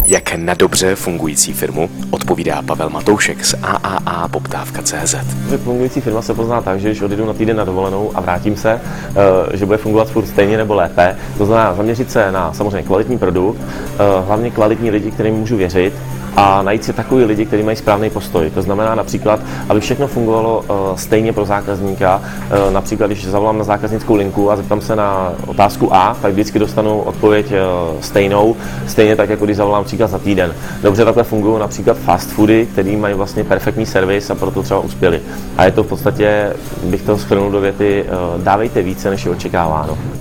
Jak na dobře fungující firmu odpovídá Pavel Matoušek z AAA.cz. Fungující firma se pozná tak, že když odjedu na týden na dovolenou a vrátím se, že bude fungovat furt stejně nebo lépe. To znamená zaměřit se na samozřejmě kvalitní produkt, hlavně kvalitní lidi, kterým můžu věřit, a najít si takový lidi, kteří mají správný postoj. To znamená například, aby všechno fungovalo stejně pro zákazníka. Například, když zavolám na zákaznickou linku a zeptám se na otázku A, tak vždycky dostanu odpověď stejnou, stejně tak, jako když zavolám příklad za týden. Dobře takhle fungují například fast foody, který mají vlastně perfektní servis a proto třeba uspěli. A je to v podstatě, bych to shrnul do věty, dávejte více, než je očekáváno.